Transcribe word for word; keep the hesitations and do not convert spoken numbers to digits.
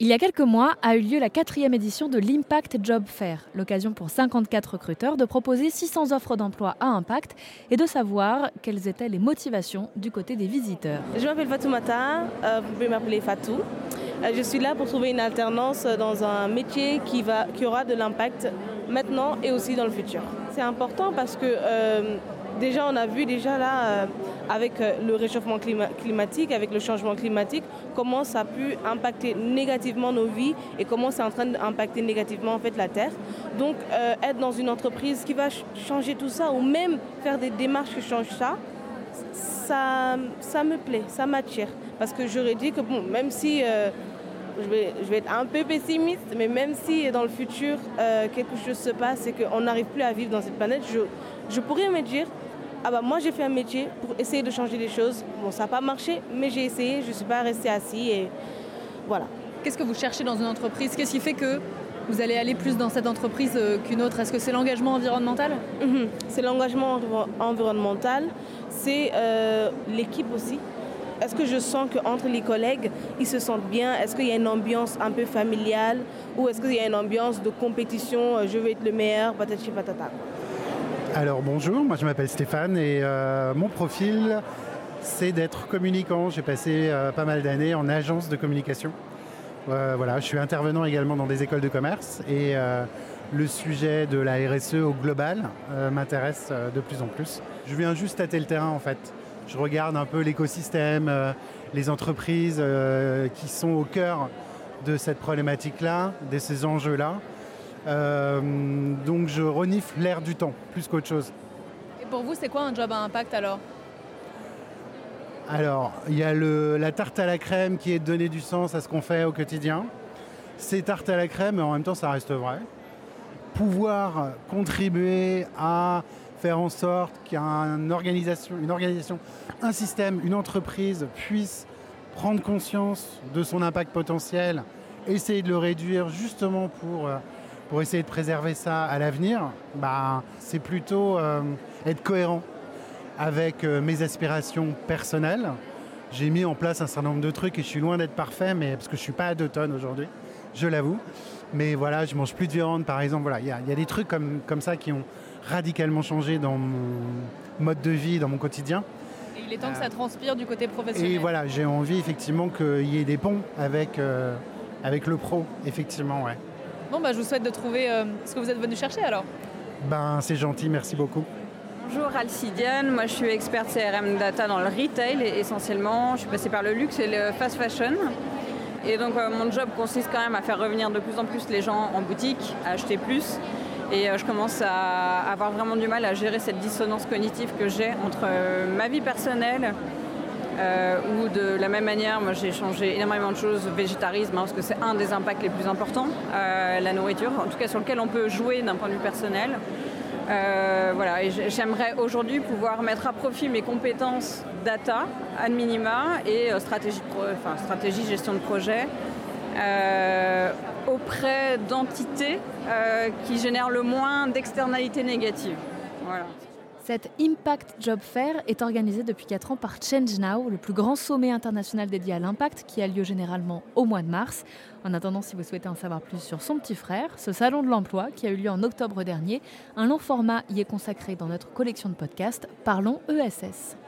Il y a quelques mois a eu lieu la quatrième édition de l'Impact Job Fair, l'occasion pour cinquante-quatre recruteurs de proposer six cents offres d'emploi à impact et de savoir quelles étaient les motivations du côté des visiteurs. Je m'appelle Fatoumata, euh, vous pouvez m'appeler Fatou. Euh, je suis là pour trouver une alternance dans un métier qui, va, qui aura de l'impact maintenant et aussi dans le futur. C'est important parce que euh, déjà on a vu déjà là euh, avec le réchauffement clima- climatique, avec le changement climatique, comment ça a pu impacter négativement nos vies et comment c'est en train d'impacter négativement en fait la Terre. Donc euh, être dans une entreprise qui va ch- changer tout ça ou même faire des démarches qui changent ça, ça, ça me plaît, ça m'attire. Parce que j'aurais dit que bon, même si euh, je, vais, je vais être un peu pessimiste, mais même si dans le futur euh, quelque chose se passe et qu'on n'arrive plus à vivre dans cette planète, je, je pourrais me dire ah bah moi j'ai fait un métier pour essayer de changer les choses. Bon, ça n'a pas marché, mais j'ai essayé, je ne suis pas restée assise et voilà. Qu'est-ce que vous cherchez dans une entreprise ? Qu'est-ce qui fait que vous allez aller plus dans cette entreprise qu'une autre ? Est-ce que c'est l'engagement environnemental ? Mmh, c'est l'engagement env- environnemental, c'est euh, l'équipe aussi. Est-ce que je sens qu'entre les collègues, ils se sentent bien ? Est-ce qu'il y a une ambiance un peu familiale ou est-ce qu'il y a une ambiance de compétition, je veux être le meilleur, patati patata. Alors bonjour, moi je m'appelle Stéphane et euh, mon profil c'est d'être communicant. J'ai passé euh, pas mal d'années en agence de communication. Euh, voilà, je suis intervenant également dans des écoles de commerce et euh, le sujet de la R S E au global euh, m'intéresse euh, de plus en plus. Je viens juste tâter le terrain en fait. Je regarde un peu l'écosystème, euh, les entreprises euh, qui sont au cœur de cette problématique-là, de ces enjeux-là. Euh, donc je renifle l'air du temps, plus qu'autre chose. Et pour vous, c'est quoi un job à impact alors ? Alors, il y a le, la tarte à la crème qui est de donner du sens à ce qu'on fait au quotidien. C'est tarte à la crème, mais en même temps, ça reste vrai. Pouvoir contribuer à faire en sorte qu'une organisation, une organisation, un système, une entreprise puisse prendre conscience de son impact potentiel, essayer de le réduire justement pour... Euh, pour essayer de préserver ça à l'avenir, bah, c'est plutôt euh, être cohérent avec euh, mes aspirations personnelles. J'ai mis en place un certain nombre de trucs et je suis loin d'être parfait, mais, parce que je ne suis pas à deux tonnes aujourd'hui, je l'avoue. Mais voilà, je ne mange plus de viande, par exemple. Voilà, il y a, y a des trucs comme, comme ça qui ont radicalement changé dans mon mode de vie, dans mon quotidien. Et il est temps euh, que ça transpire du côté professionnel. Et voilà, j'ai envie effectivement qu'il y ait des ponts avec, euh, avec le pro, effectivement, ouais. Bon, bah, je vous souhaite de trouver euh, ce que vous êtes venu chercher alors. Ben, c'est gentil, merci beaucoup. Bonjour Alcidiane, moi je suis experte C R M data dans le retail et essentiellement je suis passée par le luxe et le fast fashion. Et donc euh, mon job consiste quand même à faire revenir de plus en plus les gens en boutique, à acheter plus. Et euh, je commence à avoir vraiment du mal à gérer cette dissonance cognitive que j'ai entre euh, ma vie personnelle Euh, ou de la même manière, moi j'ai changé énormément de choses, végétarisme, hein, parce que c'est un des impacts les plus importants, euh, la nourriture, en tout cas sur lequel on peut jouer d'un point de vue personnel. Euh, voilà, et j'aimerais aujourd'hui pouvoir mettre à profit mes compétences data, ad minima, et euh, stratégie, de pro- enfin, stratégie, gestion de projet, euh, auprès d'entités euh, qui génèrent le moins d'externalités négatives. Voilà. Cette Impact Job Fair est organisée depuis quatre ans par Change Now, le plus grand sommet international dédié à l'impact qui a lieu généralement au mois de mars. En attendant, si vous souhaitez en savoir plus sur son petit frère, ce salon de l'emploi qui a eu lieu en octobre dernier, un long format y est consacré dans notre collection de podcasts Parlons E S S.